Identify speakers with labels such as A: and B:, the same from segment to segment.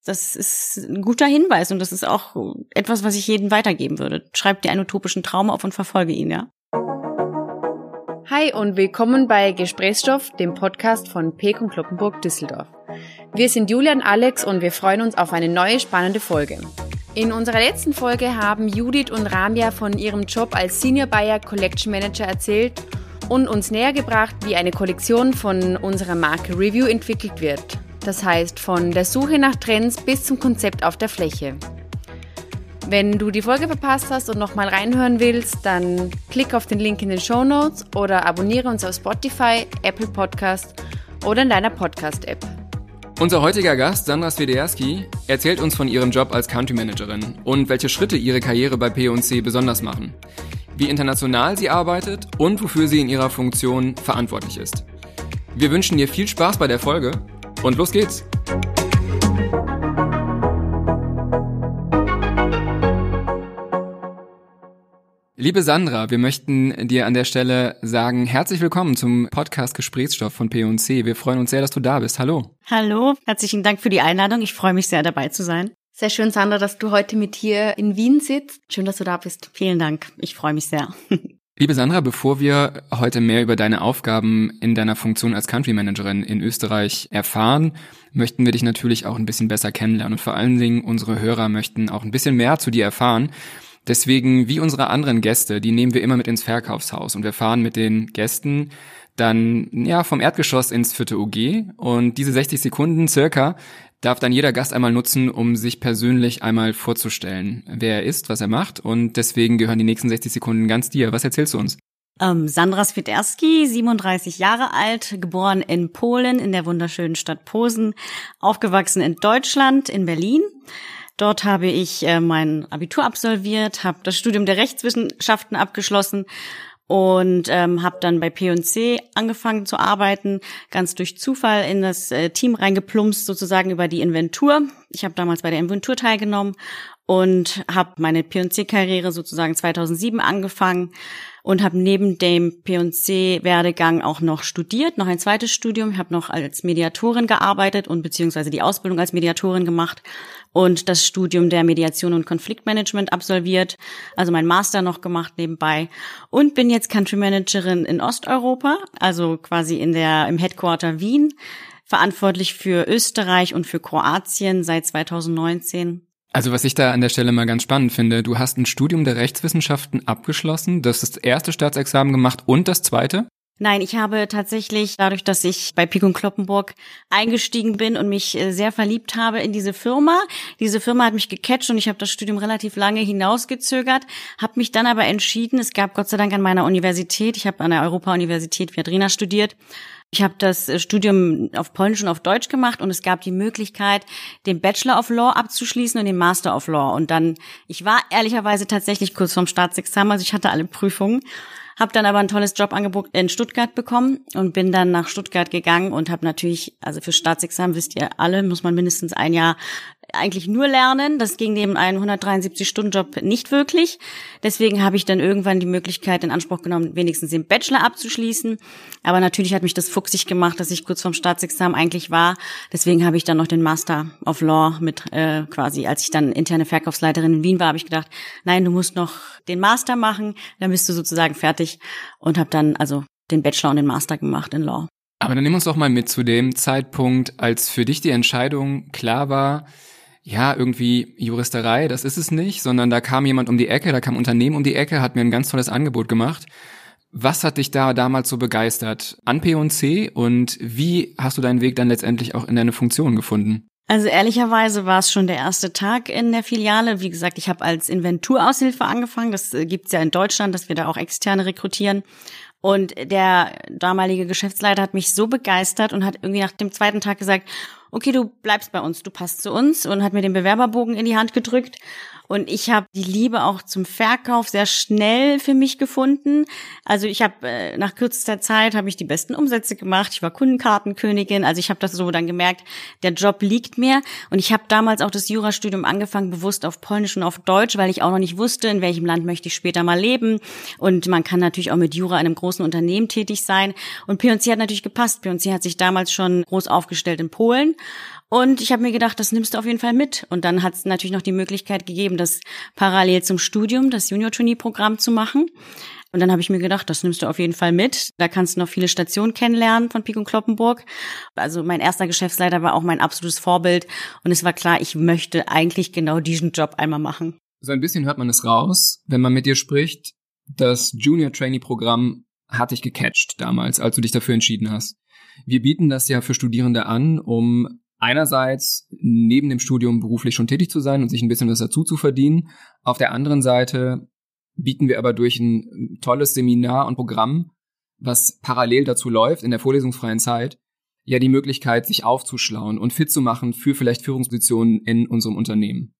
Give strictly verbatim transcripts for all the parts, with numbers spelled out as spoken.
A: das ist ein guter Hinweis und das ist auch etwas, was ich jedem weitergeben würde. Schreib dir einen utopischen Traum auf und verfolge ihn, ja.
B: Hi und willkommen bei Gesprächsstoff, dem Podcast von Peek und Cloppenburg Düsseldorf. Wir sind Julia und Alex und wir freuen uns auf eine neue spannende Folge. In unserer letzten Folge haben Judith und Ramya von ihrem Job als Senior Buyer Collection Manager erzählt und uns näher gebracht, wie eine Kollektion von unserer Marke Review entwickelt wird. Das heißt, von der Suche nach Trends bis zum Konzept auf der Fläche. Wenn du die Folge verpasst hast und nochmal reinhören willst, dann klick auf den Link in den Shownotes oder abonniere uns auf Spotify, Apple Podcast oder in deiner Podcast-App.
C: Unser heutiger Gast, Sandra Swederski, erzählt uns von ihrem Job als Country Managerin und welche Schritte ihre Karriere bei P und C besonders machen, wie international sie arbeitet und wofür sie in ihrer Funktion verantwortlich ist. Wir wünschen dir viel Spaß bei der Folge und los geht's! Liebe Sandra, wir möchten dir an der Stelle sagen, herzlich willkommen zum Podcast Gesprächsstoff von P und C. Wir freuen uns sehr, dass du da bist. Hallo.
A: Hallo, herzlichen Dank für die Einladung. Ich freue mich sehr, dabei zu sein.
B: Sehr schön, Sandra, dass du heute mit hier in Wien sitzt. Schön, dass du da bist.
A: Vielen Dank, ich freue mich sehr.
C: Liebe Sandra, bevor wir heute mehr über deine Aufgaben in deiner Funktion als Country Managerin in Österreich erfahren, möchten wir dich natürlich auch ein bisschen besser kennenlernen. Und vor allen Dingen unsere Hörer möchten auch ein bisschen mehr zu dir erfahren. Deswegen, wie unsere anderen Gäste, die nehmen wir immer mit ins Verkaufshaus und wir fahren mit den Gästen dann ja vom Erdgeschoss ins vierte O G und diese sechzig Sekunden circa darf dann jeder Gast einmal nutzen, um sich persönlich einmal vorzustellen, wer er ist, was er macht, und deswegen gehören die nächsten sechzig Sekunden ganz dir. Was erzählst du uns?
A: Ähm, Sandra Swederski, siebenunddreißig Jahre alt, geboren in Polen in der wunderschönen Stadt Posen, aufgewachsen in Deutschland, in Berlin. Dort habe ich äh, mein Abitur absolviert, habe das Studium der Rechtswissenschaften abgeschlossen und ähm, habe dann bei P und C angefangen zu arbeiten, ganz durch Zufall in das äh, Team reingeplumpst, sozusagen über die Inventur. Ich habe damals bei der Inventur teilgenommen und habe meine P und C-Karriere sozusagen zweitausendsieben angefangen und habe neben dem P und C-Werdegang auch noch studiert, noch ein zweites Studium. Ich habe noch als Mediatorin gearbeitet und beziehungsweise die Ausbildung als Mediatorin gemacht und das Studium der Mediation und Konfliktmanagement absolviert, also mein Master noch gemacht nebenbei und bin jetzt Country Managerin in Osteuropa, also quasi in der im Headquarter Wien, verantwortlich für Österreich und für Kroatien seit zweitausendneunzehn.
C: Also was ich da an der Stelle mal ganz spannend finde, du hast ein Studium der Rechtswissenschaften abgeschlossen, das ist das erste Staatsexamen gemacht und das zweite?
A: Nein, ich habe tatsächlich, dadurch, dass ich bei Peek und Cloppenburg eingestiegen bin und mich sehr verliebt habe in diese Firma, diese Firma hat mich gecatcht und ich habe das Studium relativ lange hinausgezögert, habe mich dann aber entschieden, es gab Gott sei Dank an meiner Universität, ich habe an der Europa-Universität Viadrina studiert, ich habe das Studium auf Polnisch und auf Deutsch gemacht und es gab die Möglichkeit, den Bachelor of Law abzuschließen und den Master of Law. Und dann, ich war ehrlicherweise tatsächlich kurz vorm Staatsexamen, also ich hatte alle Prüfungen, habe dann aber ein tolles Jobangebot in Stuttgart bekommen und bin dann nach Stuttgart gegangen und habe natürlich, also für Staatsexamen wisst ihr alle, muss man mindestens ein Jahr eigentlich nur lernen. Das ging neben einem hundertdreiundsiebzig-Stunden-Job nicht wirklich. Deswegen habe ich dann irgendwann die Möglichkeit in Anspruch genommen, wenigstens den Bachelor abzuschließen. Aber natürlich hat mich das fuchsig gemacht, dass ich kurz vorm Staatsexamen eigentlich war. Deswegen habe ich dann noch den Master of Law mit äh, quasi, als ich dann interne Verkaufsleiterin in Wien war, habe ich gedacht, nein, du musst noch den Master machen, dann bist du sozusagen fertig und habe dann also den Bachelor und den Master gemacht in Law.
C: Aber dann nimm uns doch mal mit zu dem Zeitpunkt, als für dich die Entscheidung klar war, ja, irgendwie Juristerei, das ist es nicht, sondern da kam jemand um die Ecke, da kam ein Unternehmen um die Ecke, hat mir ein ganz tolles Angebot gemacht. Was hat dich da damals so begeistert an P und C und wie hast du deinen Weg dann letztendlich auch in deine Funktion gefunden?
A: Also ehrlicherweise war es schon der erste Tag in der Filiale. Wie gesagt, ich habe als Inventuraushilfe angefangen. Das gibt's ja in Deutschland, dass wir da auch Externe rekrutieren. Und der damalige Geschäftsleiter hat mich so begeistert und hat irgendwie nach dem zweiten Tag gesagt, okay, du bleibst bei uns, du passt zu uns, und hat mir den Bewerberbogen in die Hand gedrückt. Und ich habe die Liebe auch zum Verkauf sehr schnell für mich gefunden. Also ich habe äh, nach kürzester Zeit habe ich die besten Umsätze gemacht. Ich war Kundenkartenkönigin. Also ich habe das so dann gemerkt, der Job liegt mir. Und ich habe damals auch das Jurastudium angefangen, bewusst auf Polnisch und auf Deutsch, weil ich auch noch nicht wusste, in welchem Land möchte ich später mal leben. Und man kann natürlich auch mit Jura in einem großen Unternehmen tätig sein. Und P und C hat natürlich gepasst. P und C hat sich damals schon groß aufgestellt in Polen. Und ich habe mir gedacht, das nimmst du auf jeden Fall mit. Und dann hat es natürlich noch die Möglichkeit gegeben, das parallel zum Studium, das Junior-Trainee-Programm zu machen. Und dann habe ich mir gedacht, das nimmst du auf jeden Fall mit. Da kannst du noch viele Stationen kennenlernen von Pik und Cloppenburg. Also mein erster Geschäftsleiter war auch mein absolutes Vorbild. Und es war klar, ich möchte eigentlich genau diesen Job einmal machen.
C: So ein bisschen hört man es raus, wenn man mit dir spricht. Das Junior-Trainee-Programm hat dich gecatcht damals, als du dich dafür entschieden hast. Wir bieten das ja für Studierende an, um einerseits neben dem Studium beruflich schon tätig zu sein und sich ein bisschen was dazu zu verdienen. Auf der anderen Seite bieten wir aber durch ein tolles Seminar und Programm, was parallel dazu läuft, in der vorlesungsfreien Zeit, ja die Möglichkeit, sich aufzuschlauen und fit zu machen für vielleicht Führungspositionen in unserem Unternehmen.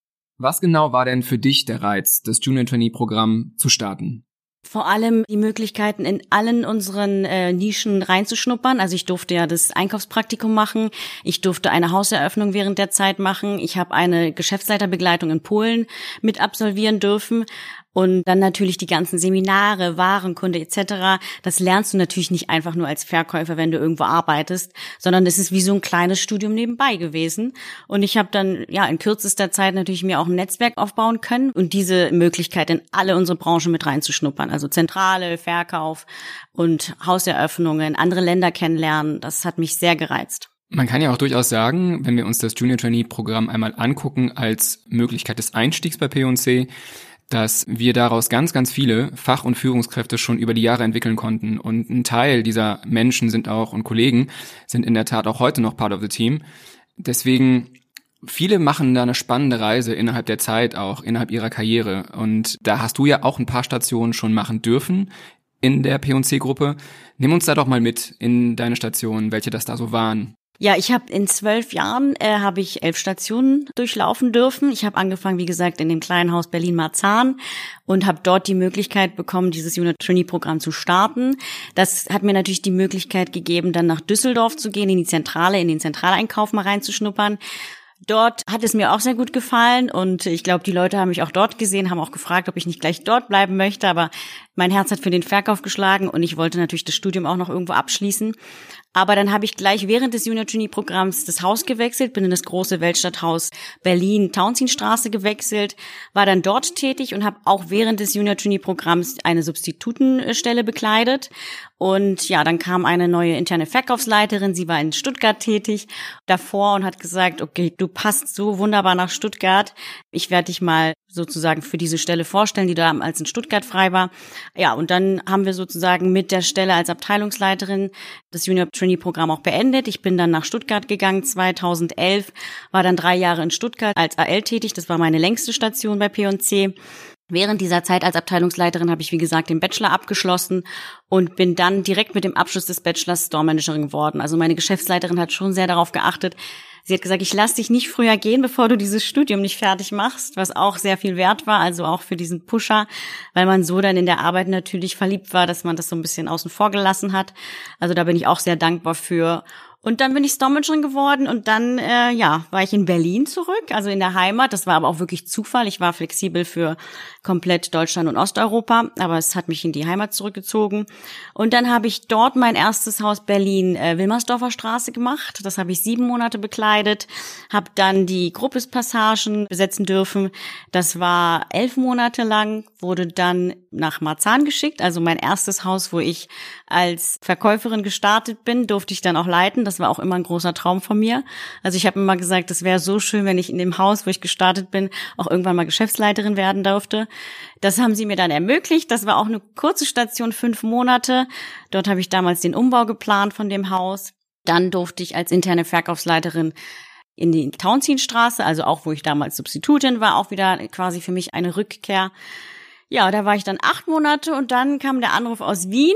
C: Was genau war denn für dich der Reiz, das Junior Trainee Programm zu starten?
A: Vor allem die Möglichkeiten, in allen unseren äh, Nischen reinzuschnuppern. Also ich durfte ja das Einkaufspraktikum machen. Ich durfte eine Hauseröffnung während der Zeit machen. Ich habe eine Geschäftsleiterbegleitung in Polen mit absolvieren dürfen. Und dann natürlich die ganzen Seminare, Warenkunde et cetera. Das lernst du natürlich nicht einfach nur als Verkäufer, wenn du irgendwo arbeitest, sondern das ist wie so ein kleines Studium nebenbei gewesen. Und ich habe dann ja in kürzester Zeit natürlich mir auch ein Netzwerk aufbauen können und diese Möglichkeit in alle unsere Branchen mit reinzuschnuppern. Also Zentrale, Verkauf und Hauseröffnungen, andere Länder kennenlernen. Das hat mich sehr gereizt.
C: Man kann ja auch durchaus sagen, wenn wir uns das Junior Trainee Programm einmal angucken als Möglichkeit des Einstiegs bei P und C, dass wir daraus ganz, ganz viele Fach- und Führungskräfte schon über die Jahre entwickeln konnten. Und ein Teil dieser Menschen sind auch und Kollegen sind in der Tat auch heute noch part of the team. Deswegen, viele machen da eine spannende Reise innerhalb der Zeit auch, innerhalb ihrer Karriere. Und da hast du ja auch ein paar Stationen schon machen dürfen in der P und C-Gruppe. Nimm uns da doch mal mit in deine Stationen, welche das da so waren.
A: Ja, ich habe in zwölf Jahren äh, habe ich elf Stationen durchlaufen dürfen. Ich habe angefangen, wie gesagt, in dem kleinen Haus Berlin-Marzahn und habe dort die Möglichkeit bekommen, dieses Junior Trainee Programm zu starten. Das hat mir natürlich die Möglichkeit gegeben, dann nach Düsseldorf zu gehen, in die Zentrale, in den Zentraleinkauf mal reinzuschnuppern. Dort hat es mir auch sehr gut gefallen und ich glaube, die Leute haben mich auch dort gesehen, haben auch gefragt, ob ich nicht gleich dort bleiben möchte, aber mein Herz hat für den Verkauf geschlagen und ich wollte natürlich das Studium auch noch irgendwo abschließen. Aber dann habe ich gleich während des Junior Trainee Programms das Haus gewechselt, bin in das große Weltstadthaus Berlin Tauentzienstraße gewechselt, war dann dort tätig und habe auch während des Junior Trainee Programms eine Substitutenstelle bekleidet. Und ja, dann kam eine neue interne Verkaufsleiterin, sie war in Stuttgart tätig davor und hat gesagt, okay, du passt so wunderbar nach Stuttgart, ich werde dich mal sozusagen für diese Stelle vorstellen, die damals in Stuttgart frei war. Ja, und dann haben wir sozusagen mit der Stelle als Abteilungsleiterin das Junior Trainee Programm auch beendet. Ich bin dann nach Stuttgart gegangen, zweitausendelf, war dann drei Jahre in Stuttgart als A L tätig, das war meine längste Station bei P und C. Während dieser Zeit als Abteilungsleiterin habe ich, wie gesagt, den Bachelor abgeschlossen und bin dann direkt mit dem Abschluss des Bachelors Store Managerin geworden. Also meine Geschäftsleiterin hat schon sehr darauf geachtet. Sie hat gesagt, ich lasse dich nicht früher gehen, bevor du dieses Studium nicht fertig machst, was auch sehr viel wert war, also auch für diesen Pusher, weil man so dann in der Arbeit natürlich verliebt war, dass man das so ein bisschen außen vor gelassen hat. Also da bin ich auch sehr dankbar für. Und dann bin ich Store Managerin geworden und dann äh, ja war ich in Berlin zurück, also in der Heimat. Das war aber auch wirklich Zufall. Ich war flexibel für komplett Deutschland und Osteuropa, aber es hat mich in die Heimat zurückgezogen. Und dann habe ich dort mein erstes Haus Berlin äh, Wilmersdorfer Straße gemacht. Das habe ich sieben Monate bekleidet, habe dann die Gruppes-Passagen besetzen dürfen. Das war elf Monate lang, wurde dann nach Marzahn geschickt. Also mein erstes Haus, wo ich als Verkäuferin gestartet bin, durfte ich dann auch leiten. Das war auch immer ein großer Traum von mir. Also ich habe immer gesagt, es wäre so schön, wenn ich in dem Haus, wo ich gestartet bin, auch irgendwann mal Geschäftsleiterin werden durfte. Das haben sie mir dann ermöglicht. Das war auch eine kurze Station, fünf Monate. Dort habe ich damals den Umbau geplant von dem Haus. Dann durfte ich als interne Verkaufsleiterin in die Tauentzienstraße, also auch, wo ich damals Substitutin war, auch wieder quasi für mich eine Rückkehr. Ja, da war ich dann acht Monate und dann kam der Anruf aus Wien.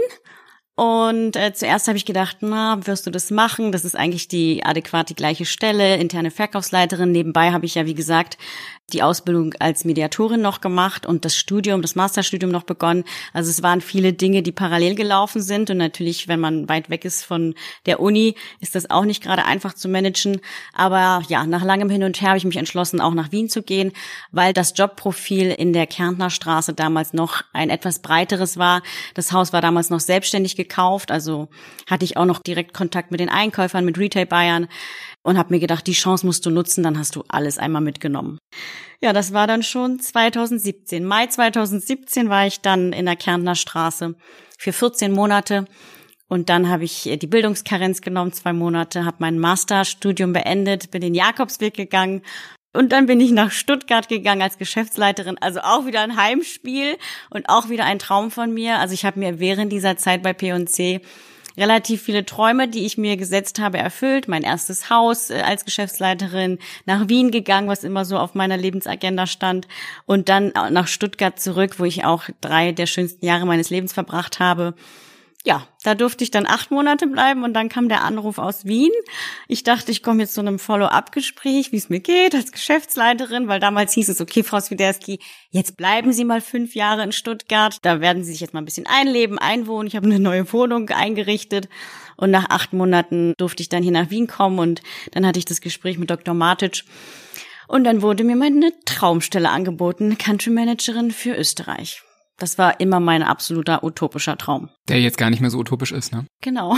A: Und äh, zuerst habe ich gedacht, na, wirst du das machen? Das ist eigentlich die adäquat die gleiche Stelle, interne Verkaufsleiterin. Nebenbei habe ich ja, wie gesagt, die Ausbildung als Mediatorin noch gemacht und das Studium, das Masterstudium noch begonnen. Also es waren viele Dinge, die parallel gelaufen sind. Und natürlich, wenn man weit weg ist von der Uni, ist das auch nicht gerade einfach zu managen. Aber ja, nach langem Hin und Her habe ich mich entschlossen, auch nach Wien zu gehen, weil das Jobprofil in der Kärntner Straße damals noch ein etwas breiteres war. Das Haus war damals noch selbstständig gekauft, also hatte ich auch noch direkt Kontakt mit den Einkäufern, mit Retail-Buyern. und habe mir gedacht, die Chance musst du nutzen, dann hast du alles einmal mitgenommen. Ja, das war dann schon zweitausendsiebzehn. Mai zweitausendsiebzehn war ich dann in der Kärntner Straße für vierzehn Monate und dann habe ich die Bildungskarenz genommen, zwei Monate, habe mein Masterstudium beendet, bin den Jakobsweg gegangen und dann bin ich nach Stuttgart gegangen als Geschäftsleiterin, also auch wieder ein Heimspiel und auch wieder ein Traum von mir. Also ich habe mir während dieser Zeit bei P und C relativ viele Träume, die ich mir gesetzt habe, erfüllt. Mein erstes Haus als Geschäftsleiterin, nach Wien gegangen, was immer so auf meiner Lebensagenda stand. Und dann nach Stuttgart zurück, wo ich auch drei der schönsten Jahre meines Lebens verbracht habe. Ja, da durfte ich dann acht Monate bleiben und dann kam der Anruf aus Wien. Ich dachte, ich komme jetzt zu einem Follow-up-Gespräch, wie es mir geht als Geschäftsleiterin, weil damals hieß es, okay, Frau Swiderski, jetzt bleiben Sie mal fünf Jahre in Stuttgart. Da werden Sie sich jetzt mal ein bisschen einleben, einwohnen. Ich habe eine neue Wohnung eingerichtet und nach acht Monaten durfte ich dann hier nach Wien kommen und dann hatte ich das Gespräch mit Doktor Matic und dann wurde mir meine Traumstelle angeboten, Country Managerin für Österreich. Das war immer mein absoluter utopischer Traum.
C: Der jetzt gar nicht mehr so utopisch ist, ne?
A: Genau.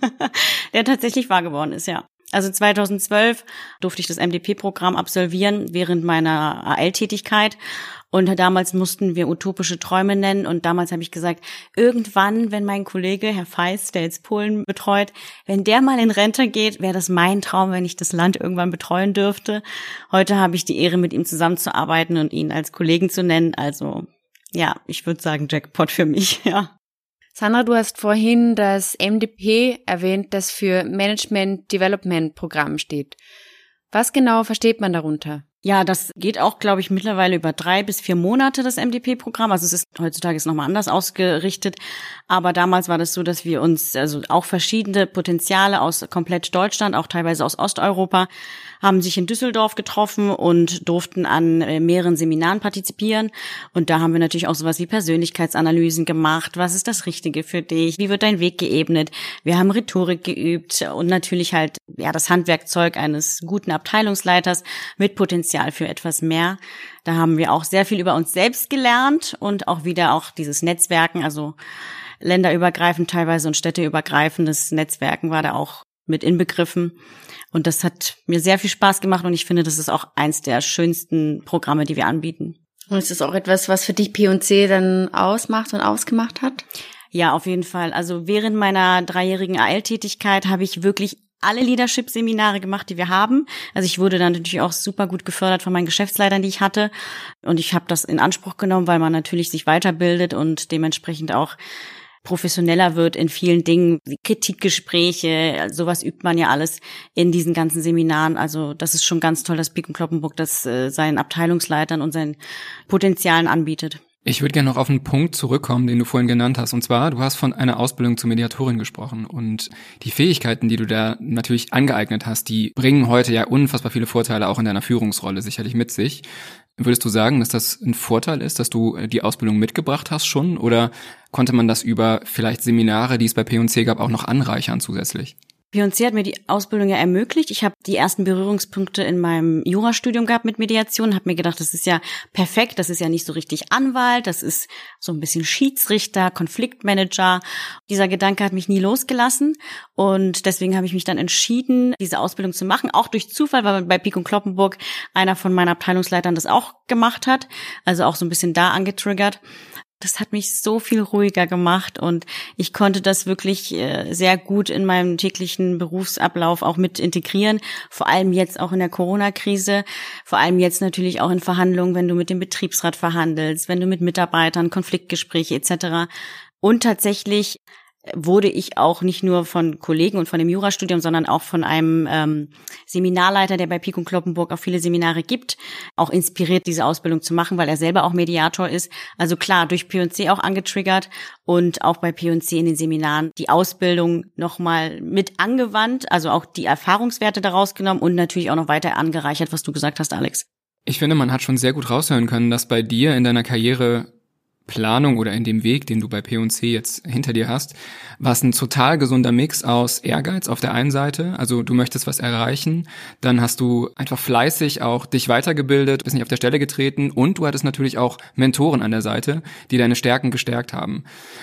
A: Der tatsächlich wahr geworden ist, ja. Also zweitausendzwölf durfte ich das M D P-Programm absolvieren während meiner A L-Tätigkeit. Und damals mussten wir utopische Träume nennen. Und damals habe ich gesagt, irgendwann, wenn mein Kollege, Herr Feist, der jetzt Polen betreut, wenn der mal in Rente geht, wäre das mein Traum, wenn ich das Land irgendwann betreuen dürfte. Heute habe ich die Ehre, mit ihm zusammenzuarbeiten und ihn als Kollegen zu nennen. Also ja, ich würde sagen Jackpot für mich, ja.
B: Sandra, du hast vorhin das M D P erwähnt, das für Management Development Programm steht. Was genau versteht man darunter?
A: Ja, das geht auch, glaube ich, mittlerweile über drei bis vier Monate, das M D P-Programm. Also es ist heutzutage ist nochmal anders ausgerichtet. Aber damals war das so, dass wir uns, also auch verschiedene Potenziale aus komplett Deutschland, auch teilweise aus Osteuropa, haben sich in Düsseldorf getroffen und durften an mehreren Seminaren partizipieren. Und da haben wir natürlich auch sowas wie Persönlichkeitsanalysen gemacht. Was ist das Richtige für dich? Wie wird dein Weg geebnet? Wir haben Rhetorik geübt und natürlich halt ja das Handwerkzeug eines guten Abteilungsleiters mit Potenzial für etwas mehr. Da haben wir auch sehr viel über uns selbst gelernt und auch wieder auch dieses Netzwerken, also länderübergreifend teilweise und städteübergreifendes Netzwerken war da auch mit inbegriffen. Und das hat mir sehr viel Spaß gemacht und ich finde, das ist auch eins der schönsten Programme, die wir anbieten.
B: Und ist das auch etwas, was für dich P und C dann ausmacht und ausgemacht hat?
A: Ja, auf jeden Fall. Also während meiner dreijährigen A L-Tätigkeit habe ich wirklich alle Leadership-Seminare gemacht, die wir haben. Also ich wurde dann natürlich auch super gut gefördert von meinen Geschäftsleitern, die ich hatte. Und ich habe das in Anspruch genommen, weil man natürlich sich weiterbildet und dementsprechend auch professioneller wird in vielen Dingen, wie Kritikgespräche, sowas übt man ja alles in diesen ganzen Seminaren. Also das ist schon ganz toll, dass Pik und Kloppenburg das äh, seinen Abteilungsleitern und seinen Potenzialen anbietet.
C: Ich würde gerne noch auf einen Punkt zurückkommen, den du vorhin genannt hast. Und zwar, du hast von einer Ausbildung zur Mediatorin gesprochen. Und die Fähigkeiten, die du da natürlich angeeignet hast, die bringen heute ja unfassbar viele Vorteile auch in deiner Führungsrolle sicherlich mit sich. Würdest du sagen, dass das ein Vorteil ist, dass du die Ausbildung mitgebracht hast schon? Oder konnte man das über vielleicht Seminare, die es bei P und C gab, auch noch anreichern zusätzlich?
A: P und C hat mir die Ausbildung ja ermöglicht. Ich habe die ersten Berührungspunkte in meinem Jurastudium gehabt mit Mediation, habe mir gedacht, das ist ja perfekt, das ist ja nicht so richtig Anwalt, das ist so ein bisschen Schiedsrichter, Konfliktmanager. Dieser Gedanke hat mich nie losgelassen und deswegen habe ich mich dann entschieden, diese Ausbildung zu machen, auch durch Zufall, weil bei Pik und Kloppenburg einer von meinen Abteilungsleitern das auch gemacht hat, also auch so ein bisschen da angetriggert. Das hat mich so viel ruhiger gemacht und ich konnte das wirklich sehr gut in meinem täglichen Berufsablauf auch mit integrieren, vor allem jetzt auch in der Corona-Krise, vor allem jetzt natürlich auch in Verhandlungen, wenn du mit dem Betriebsrat verhandelst, wenn du mit Mitarbeitern, Konfliktgespräche et cetera. Und tatsächlich wurde ich auch nicht nur von Kollegen und von dem Jurastudium, sondern auch von einem ähm, Seminarleiter, der bei Pik und Kloppenburg auch viele Seminare gibt, auch inspiriert, diese Ausbildung zu machen, weil er selber auch Mediator ist. Also klar, durch P und C auch angetriggert und auch bei P und C in den Seminaren die Ausbildung nochmal mit angewandt, also auch die Erfahrungswerte daraus genommen und natürlich auch noch weiter angereichert, was du gesagt hast, Alex.
C: Ich finde, man hat schon sehr gut raushören können, dass bei dir in deiner Karriere Planung oder in dem Weg, den du bei P und C jetzt hinter dir hast, war es ein total gesunder Mix aus Ehrgeiz auf der einen Seite, also du möchtest was erreichen, dann hast du einfach fleißig auch dich weitergebildet, bist nicht auf der Stelle getreten und du hattest natürlich auch Mentoren an der Seite, die deine Stärken gestärkt haben.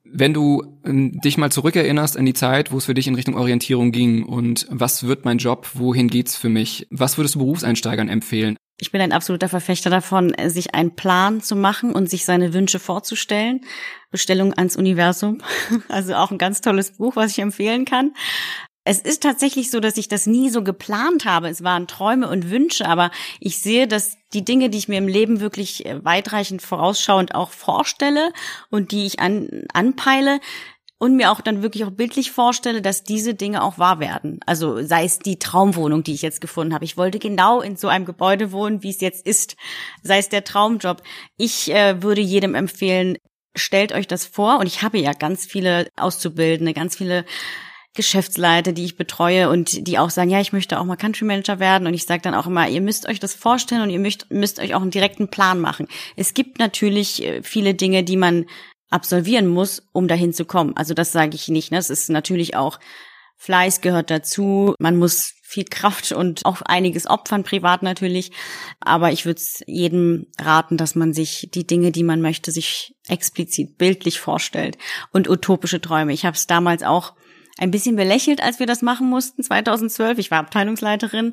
C: Wenn du ähm, dich mal zurückerinnerst an die Zeit, wo es für dich in Richtung Orientierung ging und was wird mein Job, wohin geht's für mich, was würdest du Berufseinsteigern empfehlen?
A: Ich bin ein absoluter Verfechter davon, sich einen Plan zu machen und sich seine Wünsche vorzustellen. Bestellung ans Universum, also auch ein ganz tolles Buch, was ich empfehlen kann. Es ist tatsächlich so, dass ich das nie so geplant habe. Es waren Träume und Wünsche, aber ich sehe, dass die Dinge, die ich mir im Leben wirklich weitreichend vorausschauend auch vorstelle und die ich an, anpeile und mir auch dann wirklich auch bildlich vorstelle, dass diese Dinge auch wahr werden. Also sei es die Traumwohnung, die ich jetzt gefunden habe. Ich wollte genau in so einem Gebäude wohnen, wie es jetzt ist. Sei es der Traumjob. Ich äh, würde jedem empfehlen, stellt euch das vor. Und ich habe ja ganz viele Auszubildende, ganz viele Geschäftsleiter, die ich betreue und die auch sagen, ja, ich möchte auch mal Country Manager werden, und ich sage dann auch immer, ihr müsst euch das vorstellen und ihr müsst, müsst euch auch einen direkten Plan machen. Es gibt natürlich viele Dinge, die man absolvieren muss, um dahin zu kommen. Also das sage ich nicht, ne? Es ist natürlich auch, Fleiß gehört dazu, man muss viel Kraft und auch einiges opfern, privat natürlich, aber ich würde es jedem raten, dass man sich die Dinge, die man möchte, sich explizit bildlich vorstellt und utopische Träume. Ich habe es damals auch ein bisschen belächelt, als wir das machen mussten, zweitausendzwölf. Ich war Abteilungsleiterin,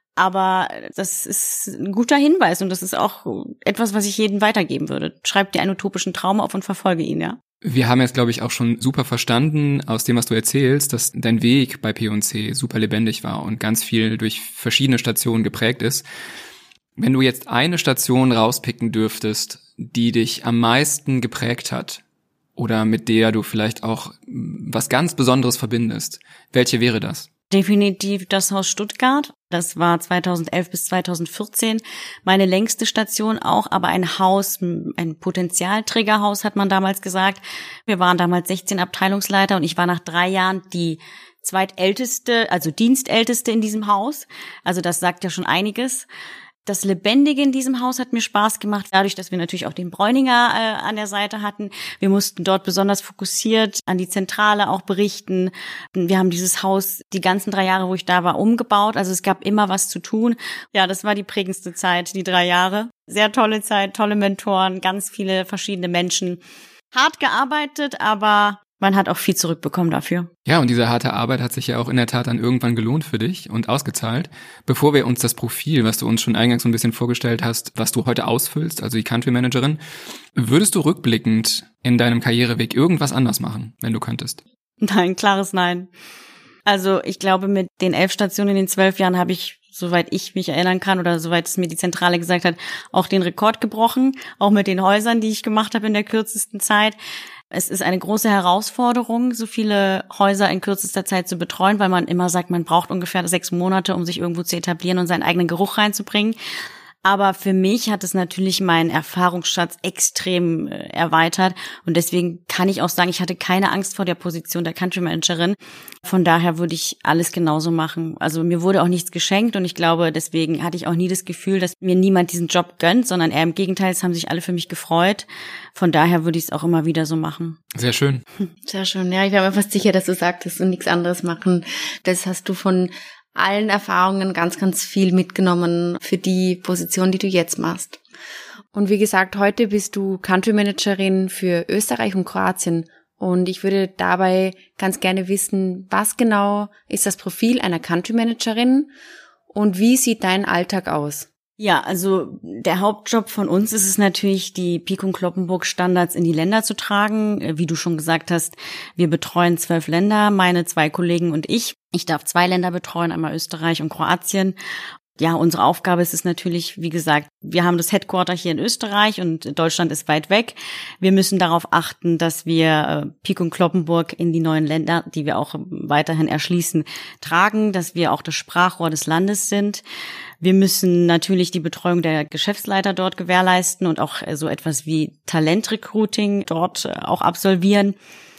A: aber das ist ein guter Hinweis und das ist auch etwas, was ich jedem weitergeben würde. Schreib dir einen utopischen Traum auf und verfolge ihn, ja.
C: Wir haben jetzt, glaube ich, auch schon super verstanden aus dem, was du erzählst, dass dein Weg bei P und C super lebendig war und ganz viel durch verschiedene Stationen geprägt ist. Wenn du jetzt eine Station rauspicken dürftest, die dich am meisten geprägt hat, oder mit der du vielleicht auch was ganz Besonderes verbindest, welche wäre das?
A: Definitiv das Haus Stuttgart. Das war zweitausendelf bis zweitausendvierzehn meine längste Station auch, aber ein Haus, ein Potenzialträgerhaus hat man damals gesagt. Wir waren damals sechzehn Abteilungsleiter und ich war nach drei Jahren die zweitälteste, also Dienstälteste in diesem Haus. Also das sagt ja schon einiges. Das Lebendige in diesem Haus hat mir Spaß gemacht, dadurch, dass wir natürlich auch den Bräuninger äh, an der Seite hatten. Wir mussten dort besonders fokussiert an die Zentrale auch berichten. Wir haben dieses Haus die ganzen drei Jahre, wo ich da war, umgebaut. Also es gab immer was zu tun. Ja, das war die prägendste Zeit, die drei Jahre. Sehr tolle Zeit, tolle Mentoren, ganz viele verschiedene Menschen. Hart gearbeitet, aber man hat auch viel zurückbekommen dafür.
C: Ja, und diese harte Arbeit hat sich ja auch in der Tat dann irgendwann gelohnt für dich und ausgezahlt. Bevor wir uns das Profil, was du uns schon eingangs so ein bisschen vorgestellt hast, was du heute ausfüllst, also die Country Managerin, würdest du rückblickend in deinem Karriereweg irgendwas anders machen, wenn du könntest?
A: Nein, klares Nein. Also ich glaube, mit den elf Stationen in den zwölf Jahren habe ich, soweit ich mich erinnern kann oder soweit es mir die Zentrale gesagt hat, auch den Rekord gebrochen, auch mit den Häusern, die ich gemacht habe in der kürzesten Zeit. Es ist eine große Herausforderung, so viele Häuser in kürzester Zeit zu betreuen, weil man immer sagt, man braucht ungefähr sechs Monate, um sich irgendwo zu etablieren und seinen eigenen Geruch reinzubringen. Aber für mich hat es natürlich meinen Erfahrungsschatz extrem äh, erweitert und deswegen kann ich auch sagen, ich hatte keine Angst vor der Position der Country Managerin. Von daher würde ich alles genauso machen. Also mir wurde auch nichts geschenkt und ich glaube, deswegen hatte ich auch nie das Gefühl, dass mir niemand diesen Job gönnt, sondern eher im Gegenteil, es haben sich alle für mich gefreut. Von daher würde ich es auch immer wieder so machen.
C: Sehr schön.
B: Sehr schön. Ja, ich war mir fast sicher, dass du sagtest und nichts anderes machen. Das hast du von allen Erfahrungen ganz, ganz viel mitgenommen für die Position, die du jetzt machst. Und wie gesagt, heute bist du Country Managerin für Österreich und Kroatien. Und ich würde dabei ganz gerne wissen, was genau ist das Profil einer Country Managerin und wie sieht dein Alltag aus?
A: Ja, also der Hauptjob von uns ist es natürlich, die Picon Cloppenburg Standards in die Länder zu tragen. Wie du schon gesagt hast, wir betreuen zwölf Länder, meine zwei Kollegen und ich. Ich darf zwei Länder betreuen, einmal Österreich und Kroatien. Ja, unsere Aufgabe ist es natürlich, wie gesagt, wir haben das Headquarter hier in Österreich und Deutschland ist weit weg. Wir müssen darauf achten, dass wir Picon Cloppenburg in die neuen Länder, die wir auch weiterhin erschließen, tragen, dass wir auch das Sprachrohr des Landes sind. Wir müssen natürlich die Betreuung der Geschäftsleiter dort gewährleisten und auch so etwas wie Talentrecruiting dort auch absolvieren.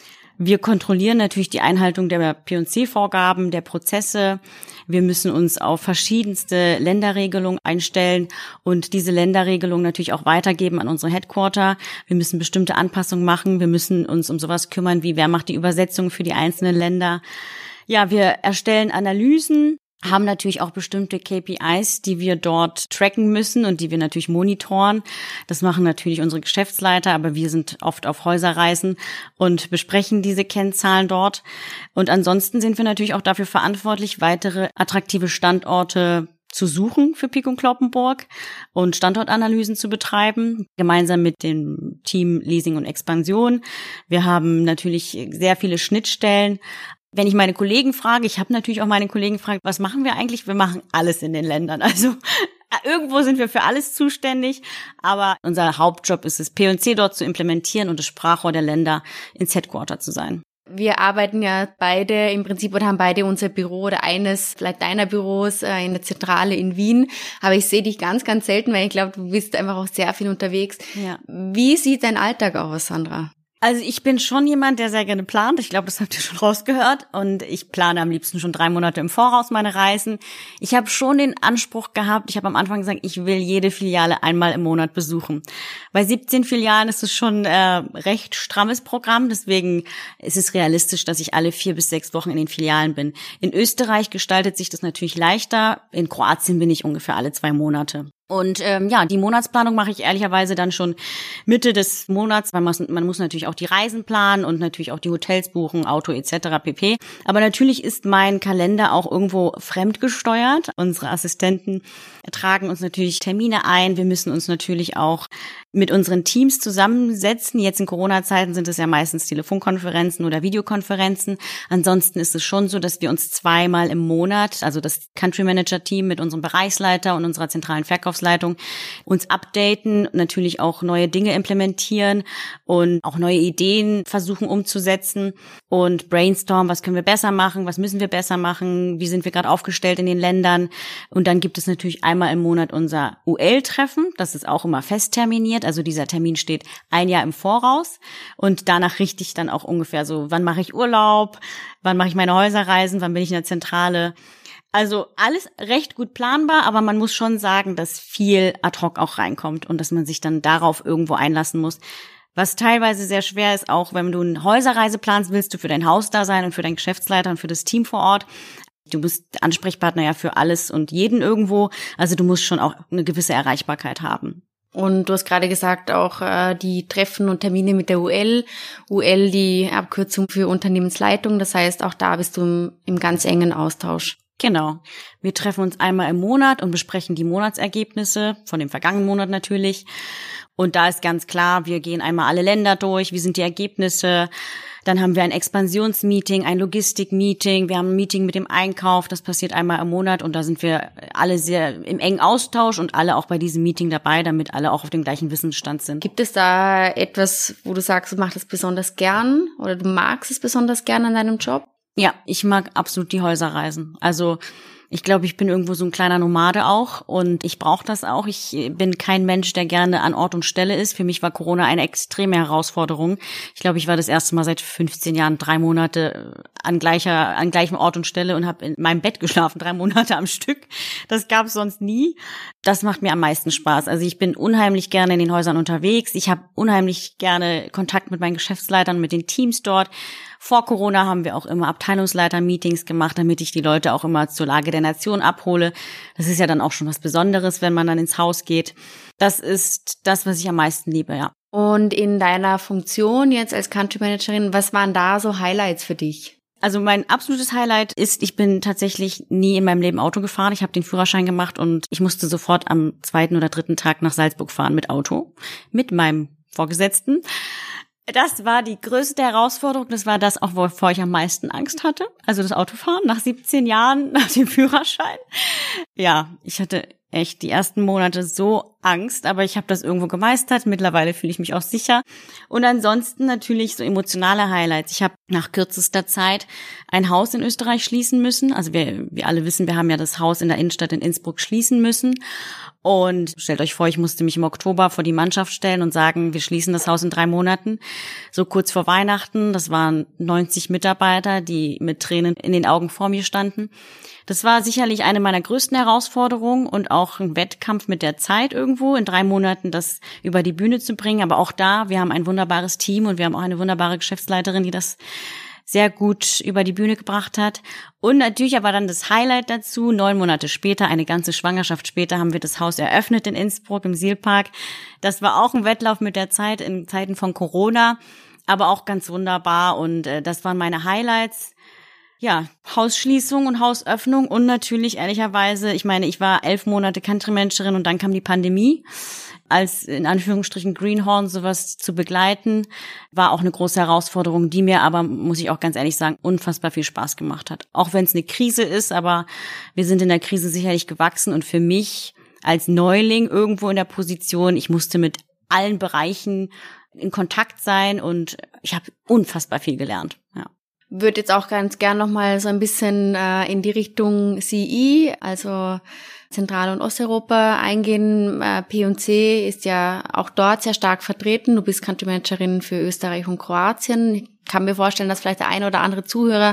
A: Wir kontrollieren natürlich die Einhaltung der P und C-Vorgaben, der Prozesse. Wir müssen uns auf verschiedenste Länderregelungen einstellen und diese Länderregelungen natürlich auch weitergeben an unsere Headquarter. Wir müssen bestimmte Anpassungen machen. Wir müssen uns um sowas kümmern, wie wer macht die Übersetzung für die einzelnen Länder. Ja, wir erstellen Analysen haben natürlich auch bestimmte K P Is, die wir dort tracken müssen und die wir natürlich monitoren. Das machen natürlich unsere Geschäftsleiter, aber wir sind oft auf Häuserreisen und besprechen diese Kennzahlen dort. Und ansonsten sind wir natürlich auch dafür verantwortlich, weitere attraktive Standorte zu suchen für Peek und Cloppenburg und Standortanalysen zu betreiben, gemeinsam mit dem Team Leasing und Expansion. Wir haben natürlich sehr viele Schnittstellen. Wenn ich meine Kollegen frage, ich habe natürlich auch meine Kollegen gefragt, was machen wir eigentlich? Wir machen alles in den Ländern. Also irgendwo sind wir für alles zuständig, aber unser Hauptjob ist es, P und C dort zu implementieren und das Sprachrohr der Länder ins Headquarter zu sein.
B: Wir arbeiten ja beide im Prinzip oder haben beide unser Büro oder eines vielleicht deiner Büros äh, in der Zentrale in Wien. Aber ich sehe dich ganz, ganz selten, weil ich glaube, du bist einfach auch sehr viel unterwegs.
A: Ja.
B: Wie sieht dein Alltag aus, Sandra?
A: Also ich bin schon jemand, der sehr gerne plant. Ich glaube, das habt ihr schon rausgehört. Und ich plane am liebsten schon drei Monate im Voraus meine Reisen. Ich habe schon den Anspruch gehabt, ich habe am Anfang gesagt, ich will jede Filiale einmal im Monat besuchen. Bei siebzehn Filialen ist es schon äh, recht strammes Programm. Deswegen ist es realistisch, dass ich alle vier bis sechs Wochen in den Filialen bin. In Österreich gestaltet sich das natürlich leichter. In Kroatien bin ich ungefähr alle zwei Monate. Und ähm, ja, die Monatsplanung mache ich ehrlicherweise dann schon Mitte des Monats, weil man, man muss natürlich auch die Reisen planen und natürlich auch die Hotels buchen, Auto et cetera pp. Aber natürlich ist mein Kalender auch irgendwo fremdgesteuert. Unsere Assistenten tragen uns natürlich Termine ein. Wir müssen uns natürlich auch mit unseren Teams zusammensetzen. Jetzt in Corona-Zeiten sind es ja meistens Telefonkonferenzen oder Videokonferenzen. Ansonsten ist es schon so, dass wir uns zweimal im Monat, also das Country Manager Team mit unserem Bereichsleiter und unserer zentralen Verkaufsleitung, uns updaten, natürlich auch neue Dinge implementieren und auch neue Ideen versuchen umzusetzen und brainstorm, was können wir besser machen, was müssen wir besser machen, wie sind wir gerade aufgestellt in den Ländern. Und dann gibt es natürlich einmal im Monat unser U L-Treffen, das ist auch immer fest terminiert, also dieser Termin steht ein Jahr im Voraus und danach richte ich dann auch ungefähr so, wann mache ich Urlaub, wann mache ich meine Häuserreisen, wann bin ich in der Zentrale. Also alles recht gut planbar, aber man muss schon sagen, dass viel ad hoc auch reinkommt und dass man sich dann darauf irgendwo einlassen muss. Was teilweise sehr schwer ist, auch wenn du eine Häuserreise planst, willst du für dein Haus da sein und für deinen Geschäftsleiter und für das Team vor Ort. Du bist Ansprechpartner ja für alles und jeden irgendwo, also du musst schon auch eine gewisse Erreichbarkeit haben.
B: Und du hast gerade gesagt, auch äh, die Treffen und Termine mit der U L. U L, die Abkürzung für Unternehmensleitung, das heißt, auch da bist du im, im ganz engen Austausch.
A: Genau. Wir treffen uns einmal im Monat und besprechen die Monatsergebnisse, von dem vergangenen Monat natürlich. Und da ist ganz klar, wir gehen einmal alle Länder durch, wie sind die Ergebnisse. Dann haben wir ein Expansionsmeeting, ein Logistikmeeting, wir haben ein Meeting mit dem Einkauf, das passiert einmal im Monat und da sind wir alle sehr im engen Austausch und alle auch bei diesem Meeting dabei, damit alle auch auf dem gleichen Wissensstand sind.
B: Gibt es da etwas, wo du sagst, du machst das besonders gern oder du magst es besonders gern an deinem Job?
A: Ja, ich mag absolut die Häuserreisen. Also ich glaube, ich bin irgendwo so ein kleiner Nomade auch und ich brauche das auch. Ich bin kein Mensch, der gerne an Ort und Stelle ist. Für mich war Corona eine extreme Herausforderung. Ich glaube, ich war das erste Mal seit fünfzehn Jahren drei Monate an gleicher, an gleichem Ort und Stelle und habe in meinem Bett geschlafen, drei Monate am Stück. Das gab es sonst nie. Das macht mir am meisten Spaß. Also ich bin unheimlich gerne in den Häusern unterwegs. Ich habe unheimlich gerne Kontakt mit meinen Geschäftsleitern, mit den Teams dort. Vor Corona haben wir auch immer Abteilungsleiter-Meetings gemacht, damit ich die Leute auch immer zur Lage der Nation abhole. Das ist ja dann auch schon was Besonderes, wenn man dann ins Haus geht. Das ist das, was ich am meisten liebe, ja.
B: Und in deiner Funktion jetzt als Country Managerin, was waren da so Highlights für dich?
A: Also mein absolutes Highlight ist, ich bin tatsächlich nie in meinem Leben Auto gefahren. Ich habe den Führerschein gemacht und ich musste sofort am zweiten oder dritten Tag nach Salzburg fahren mit Auto, mit meinem Vorgesetzten. Das war die größte Herausforderung. Das war das auch, wovor ich am meisten Angst hatte. Also das Autofahren nach siebzehn Jahren, nach dem Führerschein. Ja, ich hatte echt die ersten Monate so Angst, aber ich habe das irgendwo gemeistert. Mittlerweile fühle ich mich auch sicher. Und ansonsten natürlich so emotionale Highlights. Ich habe nach kürzester Zeit ein Haus in Österreich schließen müssen. Also wir, wir alle wissen, wir haben ja das Haus in der Innenstadt in Innsbruck schließen müssen. Und stellt euch vor, ich musste mich im Oktober vor die Mannschaft stellen und sagen, wir schließen das Haus in drei Monaten. So kurz vor Weihnachten, das waren neunzig Mitarbeiter, die mit Tränen in den Augen vor mir standen. Das war sicherlich eine meiner größten Herausforderungen und auch ein Wettkampf mit der Zeit irgendwo, in drei Monaten das über die Bühne zu bringen. Aber auch da, wir haben ein wunderbares Team und wir haben auch eine wunderbare Geschäftsleiterin, die das sehr gut über die Bühne gebracht hat. Und natürlich aber dann das Highlight dazu, neun Monate später, eine ganze Schwangerschaft später, haben wir das Haus eröffnet in Innsbruck im Sihlpark. Das war auch ein Wettlauf mit der Zeit, in Zeiten von Corona, aber auch ganz wunderbar und äh, das waren meine Highlights. Ja, Hausschließung und Hausöffnung und natürlich ehrlicherweise, ich meine, ich war elf Monate Country-Managerin und dann kam die Pandemie. Als in Anführungsstrichen Greenhorn sowas zu begleiten, war auch eine große Herausforderung, die mir aber, muss ich auch ganz ehrlich sagen, unfassbar viel Spaß gemacht hat. Auch wenn es eine Krise ist, aber wir sind in der Krise sicherlich gewachsen und für mich als Neuling irgendwo in der Position, ich musste mit allen Bereichen in Kontakt sein und ich habe unfassbar viel gelernt, ja.
B: Würde jetzt auch ganz gern nochmal so ein bisschen äh, in die Richtung C E, also Zentral- und Osteuropa eingehen. Äh, P und C ist ja auch dort sehr stark vertreten. Du bist Country Managerin für Österreich und Kroatien. Ich kann mir vorstellen, dass vielleicht der eine oder andere Zuhörer,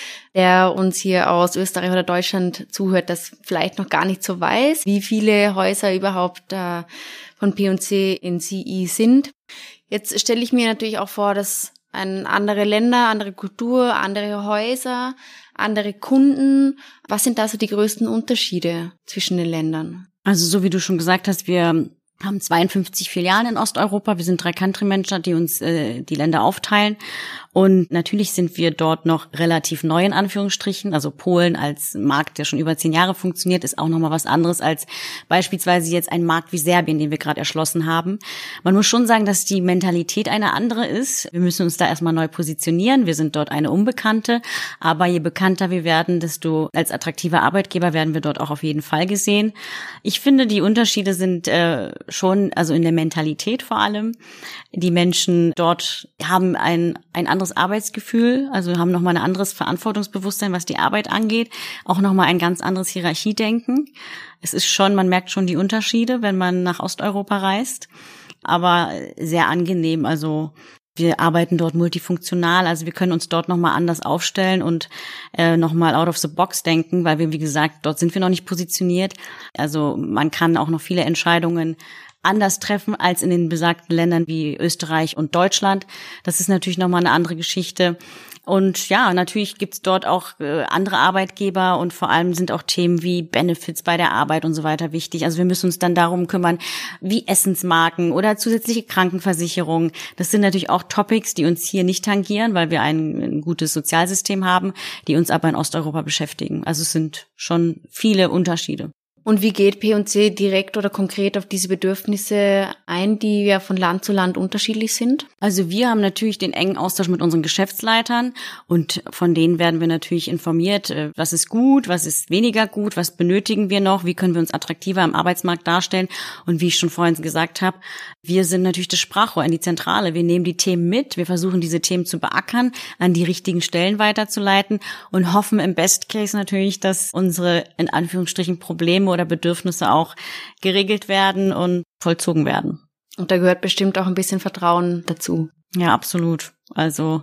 B: der uns hier aus Österreich oder Deutschland zuhört, das vielleicht noch gar nicht so weiß, wie viele Häuser überhaupt äh, von P und C in C E sind. Jetzt stelle ich mir natürlich auch vor, dass ein andere Länder, andere Kultur, andere Häuser, andere Kunden. Was sind da so die größten Unterschiede zwischen den Ländern?
A: Also so wie du schon gesagt hast, wir haben zweiundfünfzig Filialen in Osteuropa. Wir sind drei Country-Manager, die uns äh, die Länder aufteilen. Und natürlich sind wir dort noch relativ neu in Anführungsstrichen. Also Polen als Markt, der schon über zehn Jahre funktioniert, ist auch nochmal was anderes als beispielsweise jetzt ein Markt wie Serbien, den wir gerade erschlossen haben. Man muss schon sagen, dass die Mentalität eine andere ist. Wir müssen uns da erstmal neu positionieren. Wir sind dort eine Unbekannte. Aber je bekannter wir werden, desto als attraktiver Arbeitgeber werden wir dort auch auf jeden Fall gesehen. Ich finde, die Unterschiede sind äh, schon, also in der Mentalität vor allem. Die Menschen dort haben ein, ein anderes Arbeitsgefühl, also haben nochmal ein anderes Verantwortungsbewusstsein, was die Arbeit angeht, auch nochmal ein ganz anderes Hierarchiedenken. Es ist schon, man merkt schon die Unterschiede, wenn man nach Osteuropa reist, aber sehr angenehm, also wir arbeiten dort multifunktional, also wir können uns dort nochmal anders aufstellen und äh, nochmal out of the box denken, weil wir, wie gesagt, dort sind wir noch nicht positioniert. Also man kann auch noch viele Entscheidungen anders treffen als in den besagten Ländern wie Österreich und Deutschland. Das ist natürlich nochmal eine andere Geschichte. Und ja, natürlich gibt's dort auch äh, andere Arbeitgeber und vor allem sind auch Themen wie Benefits bei der Arbeit und so weiter wichtig. Also wir müssen uns dann darum kümmern, wie Essensmarken oder zusätzliche Krankenversicherungen. Das sind natürlich auch Topics, die uns hier nicht tangieren, weil wir ein, ein gutes Sozialsystem haben, die uns aber in Osteuropa beschäftigen. Also es sind schon viele Unterschiede.
B: Und wie geht P und C direkt oder konkret auf diese Bedürfnisse ein, die ja von Land zu Land unterschiedlich sind?
A: Also wir haben natürlich den engen Austausch mit unseren Geschäftsleitern und von denen werden wir natürlich informiert, was ist gut, was ist weniger gut, was benötigen wir noch, wie können wir uns attraktiver im Arbeitsmarkt darstellen. Und wie ich schon vorhin gesagt habe, wir sind natürlich das Sprachrohr in die Zentrale. Wir nehmen die Themen mit, wir versuchen diese Themen zu beackern, an die richtigen Stellen weiterzuleiten und hoffen im Best Case natürlich, dass unsere in Anführungsstrichen Probleme oder Bedürfnisse auch geregelt werden und vollzogen werden.
B: Und da gehört bestimmt auch ein bisschen Vertrauen dazu.
A: Ja, absolut. Also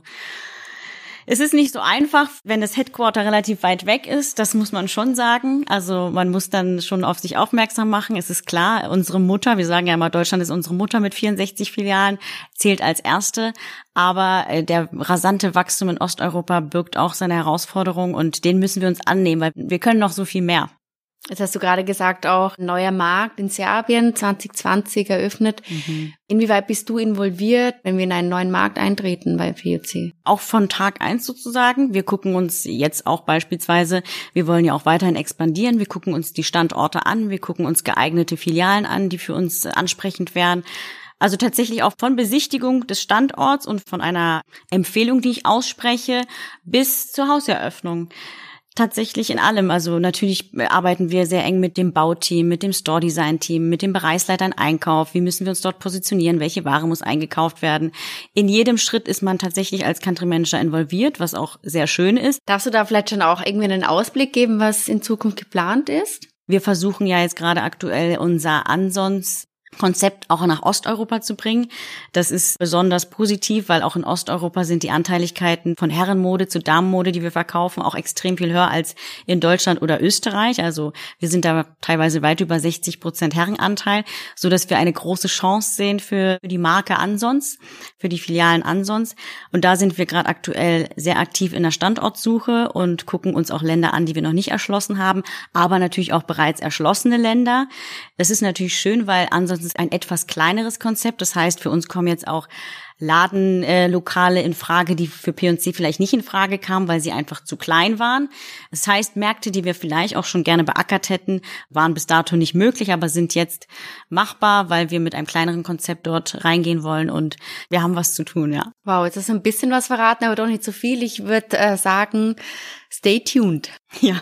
A: es ist nicht so einfach, wenn das Headquarter relativ weit weg ist, das muss man schon sagen. Also man muss dann schon auf sich aufmerksam machen. Es ist klar, unsere Mutter, wir sagen ja immer, Deutschland ist unsere Mutter mit vierundsechzig Filialen, zählt als erste. Aber der rasante Wachstum in Osteuropa birgt auch seine Herausforderungen und den müssen wir uns annehmen, weil wir können noch so viel mehr.
B: Jetzt hast du gerade gesagt, auch neuer Markt in Serbien zwanzig zwanzig eröffnet. Mhm. Inwieweit bist du involviert, wenn wir in einen neuen Markt eintreten bei P und C?
A: Auch von Tag eins sozusagen. Wir gucken uns jetzt auch beispielsweise, wir wollen ja auch weiterhin expandieren, wir gucken uns die Standorte an, wir gucken uns geeignete Filialen an, die für uns ansprechend wären. Also tatsächlich auch von Besichtigung des Standorts und von einer Empfehlung, die ich ausspreche, bis zur Hauseröffnung. Tatsächlich in allem. Also natürlich arbeiten wir sehr eng mit dem Bauteam, mit dem Store-Design-Team, mit dem Bereichsleitern Einkauf. Wie müssen wir uns dort positionieren? Welche Ware muss eingekauft werden? In jedem Schritt ist man tatsächlich als Country Manager involviert, was auch sehr schön ist.
B: Darfst du da vielleicht schon auch irgendwie einen Ausblick geben, was in Zukunft geplant ist?
A: Wir versuchen ja jetzt gerade aktuell unser Ansons Konzept auch nach Osteuropa zu bringen. Das ist besonders positiv, weil auch in Osteuropa sind die Anteiligkeiten von Herrenmode zu Damenmode, die wir verkaufen, auch extrem viel höher als in Deutschland oder Österreich. Also wir sind da teilweise weit über sechzig Prozent Herrenanteil, so dass wir eine große Chance sehen für die Marke Ansons, für die Filialen Ansons. Und da sind wir gerade aktuell sehr aktiv in der Standortsuche und gucken uns auch Länder an, die wir noch nicht erschlossen haben, aber natürlich auch bereits erschlossene Länder. Das ist natürlich schön, weil Ansons ist ein etwas kleineres Konzept. Das heißt, für uns kommen jetzt auch Ladenlokale äh, in Frage, die für P und C vielleicht nicht in Frage kamen, weil sie einfach zu klein waren. Das heißt, Märkte, die wir vielleicht auch schon gerne beackert hätten, waren bis dato nicht möglich, aber sind jetzt machbar, weil wir mit einem kleineren Konzept dort reingehen wollen und wir haben was zu tun, ja.
B: Wow, jetzt hast du ein bisschen was verraten, aber doch nicht so viel. Ich würde äh, sagen, stay tuned.
A: Ja.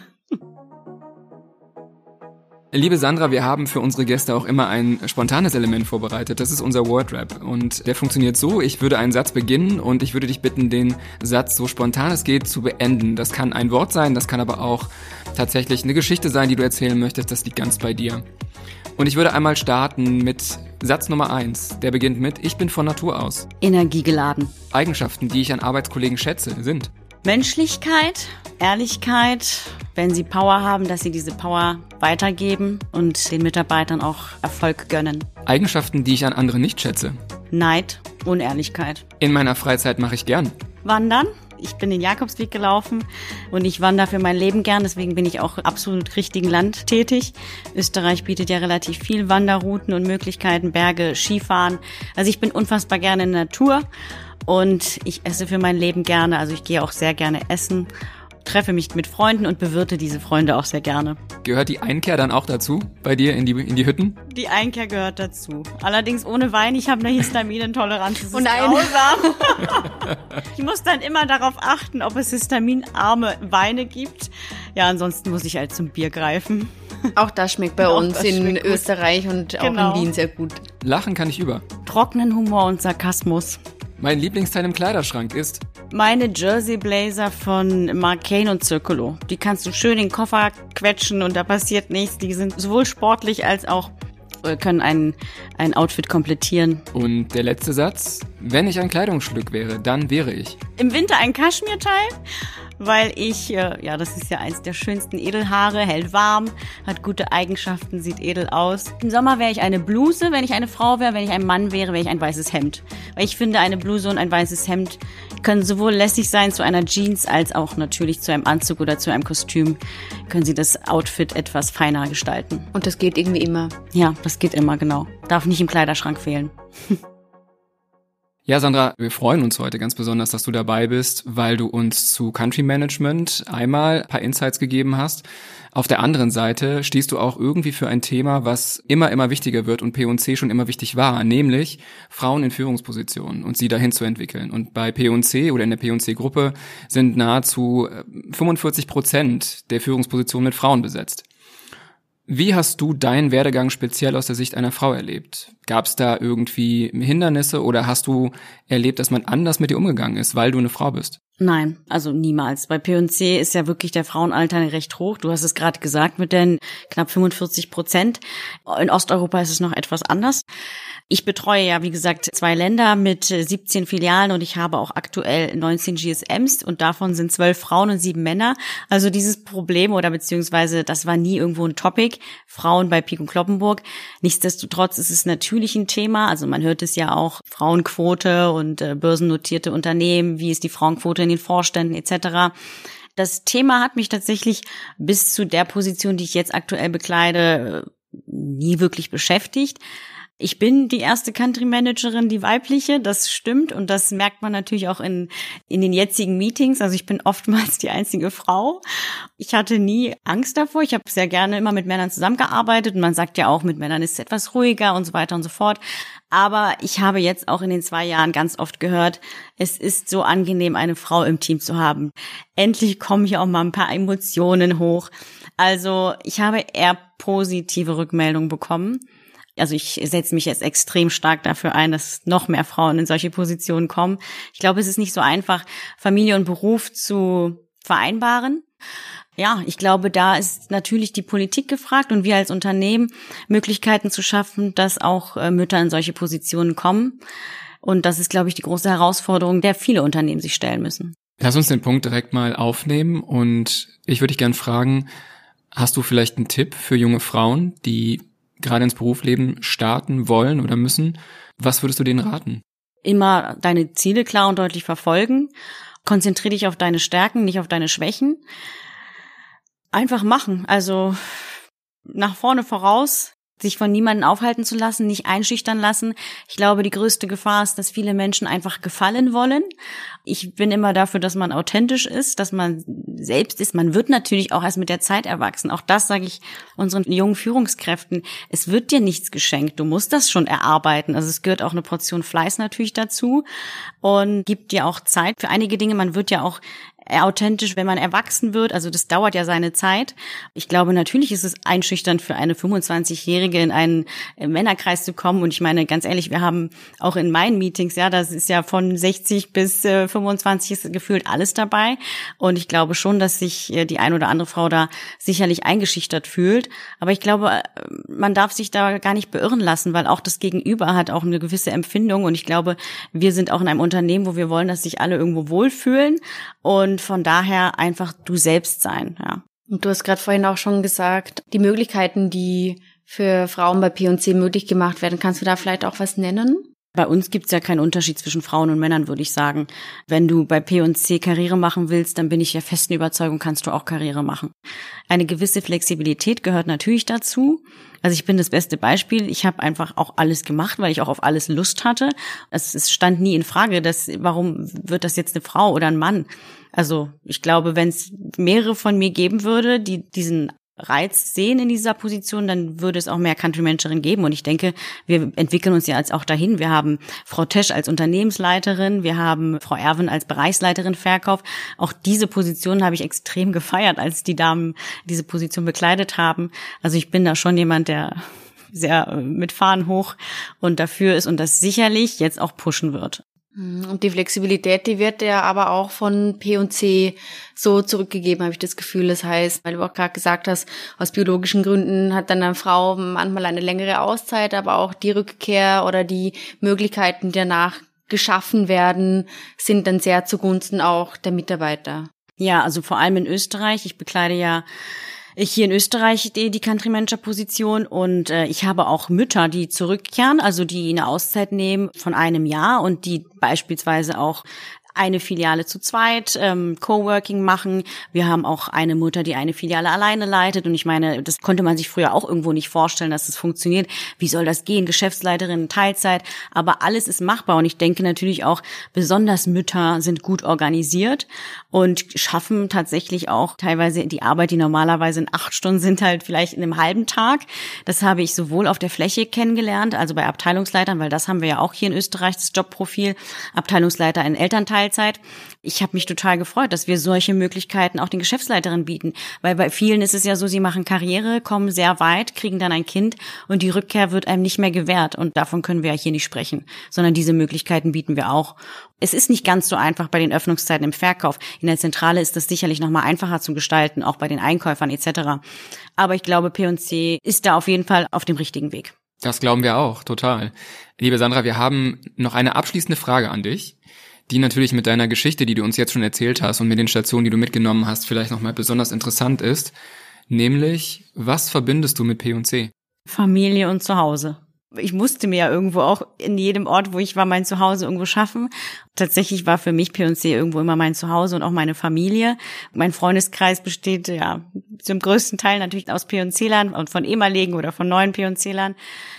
C: Liebe Sandra, wir haben für unsere Gäste auch immer ein spontanes Element vorbereitet. Das ist unser Wordrap und der funktioniert so, ich würde einen Satz beginnen und ich würde dich bitten, den Satz so spontan es geht zu beenden. Das kann ein Wort sein, das kann aber auch tatsächlich eine Geschichte sein, die du erzählen möchtest, das liegt ganz bei dir. Und ich würde einmal starten mit Satz Nummer eins, der beginnt mit Ich bin von Natur aus.
A: Energiegeladen.
C: Eigenschaften, die ich an Arbeitskollegen schätze, sind
A: Menschlichkeit, Ehrlichkeit, wenn sie Power haben, dass sie diese Power weitergeben und den Mitarbeitern auch Erfolg gönnen.
C: Eigenschaften, die ich an anderen nicht schätze.
A: Neid, Unehrlichkeit.
C: In meiner Freizeit mache ich gern.
A: Wandern. Ich bin den Jakobsweg gelaufen und ich wandere für mein Leben gern, deswegen bin ich auch absolut richtigen Land tätig. Österreich bietet ja relativ viel Wanderrouten und Möglichkeiten, Berge, Skifahren. Also ich bin unfassbar gerne in der Natur und ich esse für mein Leben gerne, also ich gehe auch sehr gerne essen, treffe mich mit Freunden und bewirte diese Freunde auch sehr gerne.
C: Gehört die Einkehr dann auch dazu, bei dir in die, in die Hütten?
A: Die Einkehr gehört dazu. Allerdings ohne Wein, ich habe eine Histaminintoleranz, das ist
B: Und
A: grausam. Ich muss dann immer darauf achten, ob es histaminarme Weine gibt. Ja, ansonsten muss ich halt zum Bier greifen.
B: Auch das schmeckt bei
A: Auch
B: uns
A: das
B: in
A: schmeckt gut.
B: Österreich und
A: Genau.
B: auch in Wien sehr gut.
C: Lachen kann ich über.
A: Trockenen Humor und Sarkasmus.
C: Mein Lieblingsteil im Kleiderschrank ist
A: Meine Jersey Blazer von Marc Cain und Circolo. Die kannst du schön in den Koffer quetschen und da passiert nichts. Die sind sowohl sportlich als auch äh, können ein, ein Outfit komplettieren.
C: Und der letzte Satz, wenn ich ein Kleidungsstück wäre, dann wäre ich.
A: Im Winter ein Kaschmirteil, weil ich, äh, ja, das ist ja eins der schönsten Edelhaare, hält warm, hat gute Eigenschaften, sieht edel aus. Im Sommer wäre ich eine Bluse, wenn ich eine Frau wäre, wenn ich ein Mann wäre, wäre ich ein weißes Hemd. Weil ich finde, eine Bluse und ein weißes Hemd können sowohl lässig sein zu einer Jeans, als auch natürlich zu einem Anzug oder zu einem Kostüm. Können sie das Outfit etwas feiner gestalten.
B: Und das geht irgendwie immer.
A: Ja, das geht immer, genau. Darf nicht im Kleiderschrank fehlen.
C: Ja, Sandra, wir freuen uns heute ganz besonders, dass du dabei bist, weil du uns zu Country Management einmal ein paar Insights gegeben hast. Auf der anderen Seite stehst du auch irgendwie für ein Thema, was immer, immer wichtiger wird und P und C schon immer wichtig war, nämlich Frauen in Führungspositionen und sie dahin zu entwickeln. Und bei P und C oder in der P und C-Gruppe sind nahezu fünfundvierzig Prozent der Führungspositionen mit Frauen besetzt. Wie hast du deinen Werdegang speziell aus der Sicht einer Frau erlebt? Gab es da irgendwie Hindernisse oder hast du erlebt, dass man anders mit dir umgegangen ist, weil du eine Frau bist?
A: Nein, also niemals. Bei P und C ist ja wirklich der Frauenanteil recht hoch. Du hast es gerade gesagt mit den knapp fünfundvierzig Prozent. In Osteuropa ist es noch etwas anders. Ich betreue ja, wie gesagt, zwei Länder mit siebzehn Filialen und ich habe auch aktuell neunzehn G S Ms und davon sind zwölf Frauen und sieben Männer. Also dieses Problem oder beziehungsweise das war nie irgendwo ein Topic, Frauen bei Pieck und Cloppenburg. Nichtsdestotrotz ist es natürlich ein Thema. Also man hört es ja auch, Frauenquote und äh, börsennotierte Unternehmen, wie ist die Frauenquote in den Vorständen et cetera. Das Thema hat mich tatsächlich bis zu der Position, die ich jetzt aktuell bekleide, nie wirklich beschäftigt. Ich bin die erste Country-Managerin, die weibliche, das stimmt und das merkt man natürlich auch in in den jetzigen Meetings. Also ich bin oftmals die einzige Frau. Ich hatte nie Angst davor. Ich habe sehr gerne immer mit Männern zusammengearbeitet und man sagt ja auch, mit Männern ist es etwas ruhiger und so weiter und so fort. Aber ich habe jetzt auch in den zwei Jahren ganz oft gehört, es ist so angenehm, eine Frau im Team zu haben. Endlich kommen hier auch mal ein paar Emotionen hoch. Also ich habe eher positive Rückmeldungen bekommen. Also ich setze mich jetzt extrem stark dafür ein, dass noch mehr Frauen in solche Positionen kommen. Ich glaube, es ist nicht so einfach, Familie und Beruf zu vereinbaren. Ja, ich glaube, da ist natürlich die Politik gefragt und wir als Unternehmen Möglichkeiten zu schaffen, dass auch äh, Mütter in solche Positionen kommen. Und das ist, glaube ich, die große Herausforderung, der viele Unternehmen sich stellen müssen.
C: Lass uns den Punkt direkt mal aufnehmen und ich würde dich gerne fragen, hast du vielleicht einen Tipp für junge Frauen, die gerade ins Berufsleben starten wollen oder müssen? Was würdest du denen raten?
A: Immer deine Ziele klar und deutlich verfolgen. Konzentriere dich auf deine Stärken, nicht auf deine Schwächen. Einfach machen, also nach vorne voraus, sich von niemandem aufhalten zu lassen, nicht einschüchtern lassen. Ich glaube, die größte Gefahr ist, dass viele Menschen einfach gefallen wollen. Ich bin immer dafür, dass man authentisch ist, dass man selbst ist. Man wird natürlich auch erst mit der Zeit erwachsen. Auch das sage ich unseren jungen Führungskräften. Es wird dir nichts geschenkt. Du musst das schon erarbeiten. Also es gehört auch eine Portion Fleiß natürlich dazu und gibt dir auch Zeit für einige Dinge. Man wird ja auch authentisch, wenn man erwachsen wird. Also das dauert ja seine Zeit. Ich glaube, natürlich ist es einschüchternd für eine fünfundzwanzigjährige in einen Männerkreis zu kommen. Und ich meine, ganz ehrlich, wir haben auch in meinen Meetings, ja, das ist ja von sechzig bis äh, fünfundzwanzig ist gefühlt alles dabei. Und ich glaube schon, dass sich äh, die ein oder andere Frau da sicherlich eingeschüchtert fühlt. Aber ich glaube, man darf sich da gar nicht beirren lassen, weil auch das Gegenüber hat auch eine gewisse Empfindung. Und ich glaube, wir sind auch in einem Unternehmen, wo wir wollen, dass sich alle irgendwo wohlfühlen. Und von daher einfach du selbst sein, ja.
B: Und du hast gerade vorhin auch schon gesagt, die Möglichkeiten, die für Frauen bei P und C möglich gemacht werden, kannst du da vielleicht auch was nennen?
A: Bei uns gibt's ja keinen Unterschied zwischen Frauen und Männern, würde ich sagen. Wenn du bei P und C Karriere machen willst, dann bin ich der festen Überzeugung, kannst du auch Karriere machen. Eine gewisse Flexibilität gehört natürlich dazu. Also ich bin das beste Beispiel. Ich habe einfach auch alles gemacht, weil ich auch auf alles Lust hatte. Es, es stand nie in Frage, dass, warum wird das jetzt eine Frau oder ein Mann? Also ich glaube, wenn es mehrere von mir geben würde, die diesen Reiz sehen in dieser Position, dann würde es auch mehr Country Managerinnen geben. Und ich denke, wir entwickeln uns ja jetzt auch dahin. Wir haben Frau Tesch als Unternehmensleiterin, wir haben Frau Erwin als Bereichsleiterin Verkauf. Auch diese Position habe ich extrem gefeiert, als die Damen diese Position bekleidet haben. Also ich bin da schon jemand, der sehr mit Fahnen hoch und dafür ist und das sicherlich jetzt auch pushen wird.
B: Und die Flexibilität, die wird ja aber auch von P und C so zurückgegeben, habe ich das Gefühl. Das heißt, weil du auch gerade gesagt hast, aus biologischen Gründen hat dann eine Frau manchmal eine längere Auszeit, aber auch die Rückkehr oder die Möglichkeiten, die danach geschaffen werden, sind dann sehr zugunsten auch der Mitarbeiter.
A: Ja, also vor allem in Österreich. Ich bekleide ja Ich hier in Österreich die, die Country Manager Position und äh, ich habe auch Mütter, die zurückkehren, also die eine Auszeit nehmen von einem Jahr und die beispielsweise auch eine Filiale zu zweit, ähm, Coworking machen. Wir haben auch eine Mutter, die eine Filiale alleine leitet. Und ich meine, das konnte man sich früher auch irgendwo nicht vorstellen, dass das funktioniert. Wie soll das gehen? Geschäftsleiterin, Teilzeit. Aber alles ist machbar. Und ich denke natürlich auch, besonders Mütter sind gut organisiert und schaffen tatsächlich auch teilweise die Arbeit, die normalerweise in acht Stunden sind, halt vielleicht in einem halben Tag. Das habe ich sowohl auf der Fläche kennengelernt, also bei Abteilungsleitern, weil das haben wir ja auch hier in Österreich, das Jobprofil, Abteilungsleiter in Elternteil. Ich habe mich total gefreut, dass wir solche Möglichkeiten auch den Geschäftsleiterinnen bieten, weil bei vielen ist es ja so, sie machen Karriere, kommen sehr weit, kriegen dann ein Kind und die Rückkehr wird einem nicht mehr gewährt und davon können wir ja hier nicht sprechen, sondern diese Möglichkeiten bieten wir auch. Es ist nicht ganz so einfach bei den Öffnungszeiten im Verkauf. In der Zentrale ist das sicherlich noch mal einfacher zu gestalten, auch bei den Einkäufern et cetera. Aber ich glaube, P und C ist da auf jeden Fall auf dem richtigen Weg.
C: Das glauben wir auch, total. Liebe Sandra, wir haben noch eine abschließende Frage an dich, die natürlich mit deiner Geschichte, die du uns jetzt schon erzählt hast und mit den Stationen, die du mitgenommen hast, vielleicht nochmal besonders interessant ist. Nämlich, was verbindest du mit P und C?
A: Familie und Zuhause. Ich musste mir ja irgendwo auch in jedem Ort, wo ich war, mein Zuhause irgendwo schaffen. Tatsächlich war für mich P und C irgendwo immer mein Zuhause und auch meine Familie. Mein Freundeskreis besteht ja zum größten Teil natürlich aus P und C-Lern und von ehemaligen oder von neuen P und C-Lern.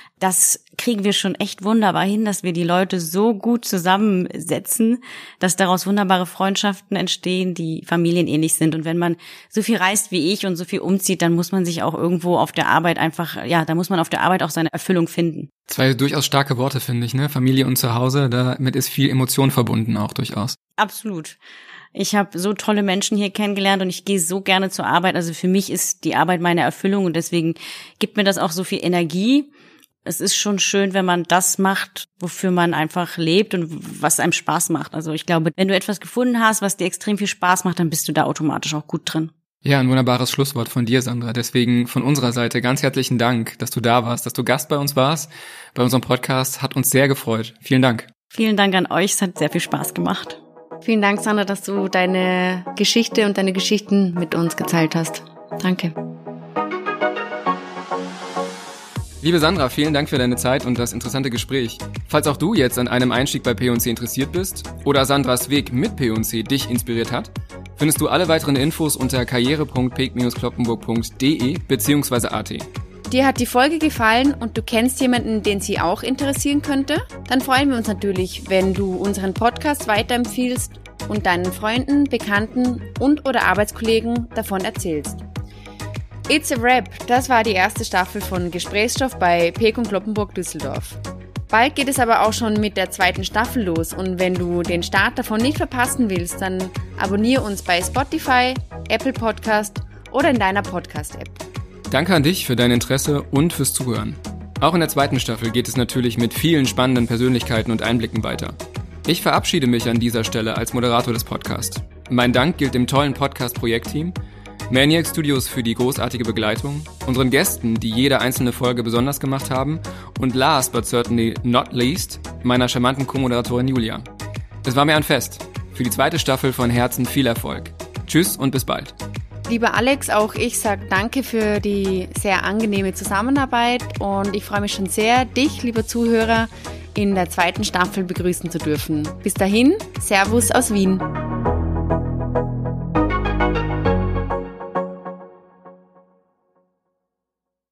A: Das kriegen wir schon echt wunderbar hin, dass wir die Leute so gut zusammensetzen, dass daraus wunderbare Freundschaften entstehen, die familienähnlich sind. Und wenn man so viel reist wie ich und so viel umzieht, dann muss man sich auch irgendwo auf der Arbeit einfach, ja, da muss man auf der Arbeit auch seine Erfüllung finden.
C: Zwei durchaus starke Worte, finde ich, ne? Familie und Zuhause, damit ist viel Emotion verbunden auch durchaus.
A: Absolut. Ich habe so tolle Menschen hier kennengelernt und ich gehe so gerne zur Arbeit. Also für mich ist die Arbeit meine Erfüllung und deswegen gibt mir das auch so viel Energie. Es ist schon schön, wenn man das macht, wofür man einfach lebt und was einem Spaß macht. Also ich glaube, wenn du etwas gefunden hast, was dir extrem viel Spaß macht, dann bist du da automatisch auch gut drin.
C: Ja, ein wunderbares Schlusswort von dir, Sandra. Deswegen von unserer Seite ganz herzlichen Dank, dass du da warst, dass du Gast bei uns warst, bei unserem Podcast. Hat uns sehr gefreut. Vielen Dank.
A: Vielen Dank an euch. Es hat sehr viel Spaß gemacht.
B: Vielen Dank, Sandra, dass du deine Geschichte und deine Geschichten mit uns geteilt hast. Danke.
C: Liebe Sandra, vielen Dank für deine Zeit und das interessante Gespräch. Falls auch du jetzt an einem Einstieg bei P und C interessiert bist oder Sandras Weg mit P und C dich inspiriert hat, findest du alle weiteren Infos unter karriere punkt peek kloppenburg punkt de bzw. at.
B: Dir hat die Folge gefallen und du kennst jemanden, den sie auch interessieren könnte? Dann freuen wir uns natürlich, wenn du unseren Podcast weiterempfiehlst und deinen Freunden, Bekannten und oder Arbeitskollegen davon erzählst. It's a Wrap, das war die erste Staffel von Gesprächsstoff bei Peek und Kloppenburg Düsseldorf. Bald geht es aber auch schon mit der zweiten Staffel los und wenn du den Start davon nicht verpassen willst, dann abonniere uns bei Spotify, Apple Podcast oder in deiner Podcast-App.
C: Danke an dich für dein Interesse und fürs Zuhören. Auch in der zweiten Staffel geht es natürlich mit vielen spannenden Persönlichkeiten und Einblicken weiter. Ich verabschiede mich an dieser Stelle als Moderator des Podcasts. Mein Dank gilt dem tollen Podcast-Projektteam, Maniac Studios für die großartige Begleitung, unseren Gästen, die jede einzelne Folge besonders gemacht haben und last but certainly not least, meiner charmanten Co-Moderatorin Julia. Es war mir ein Fest. Für die zweite Staffel von Herzen viel Erfolg. Tschüss und bis bald.
B: Lieber Alex, auch ich sage danke für die sehr angenehme Zusammenarbeit und ich freue mich schon sehr, dich, lieber Zuhörer, in der zweiten Staffel begrüßen zu dürfen. Bis dahin, Servus aus Wien.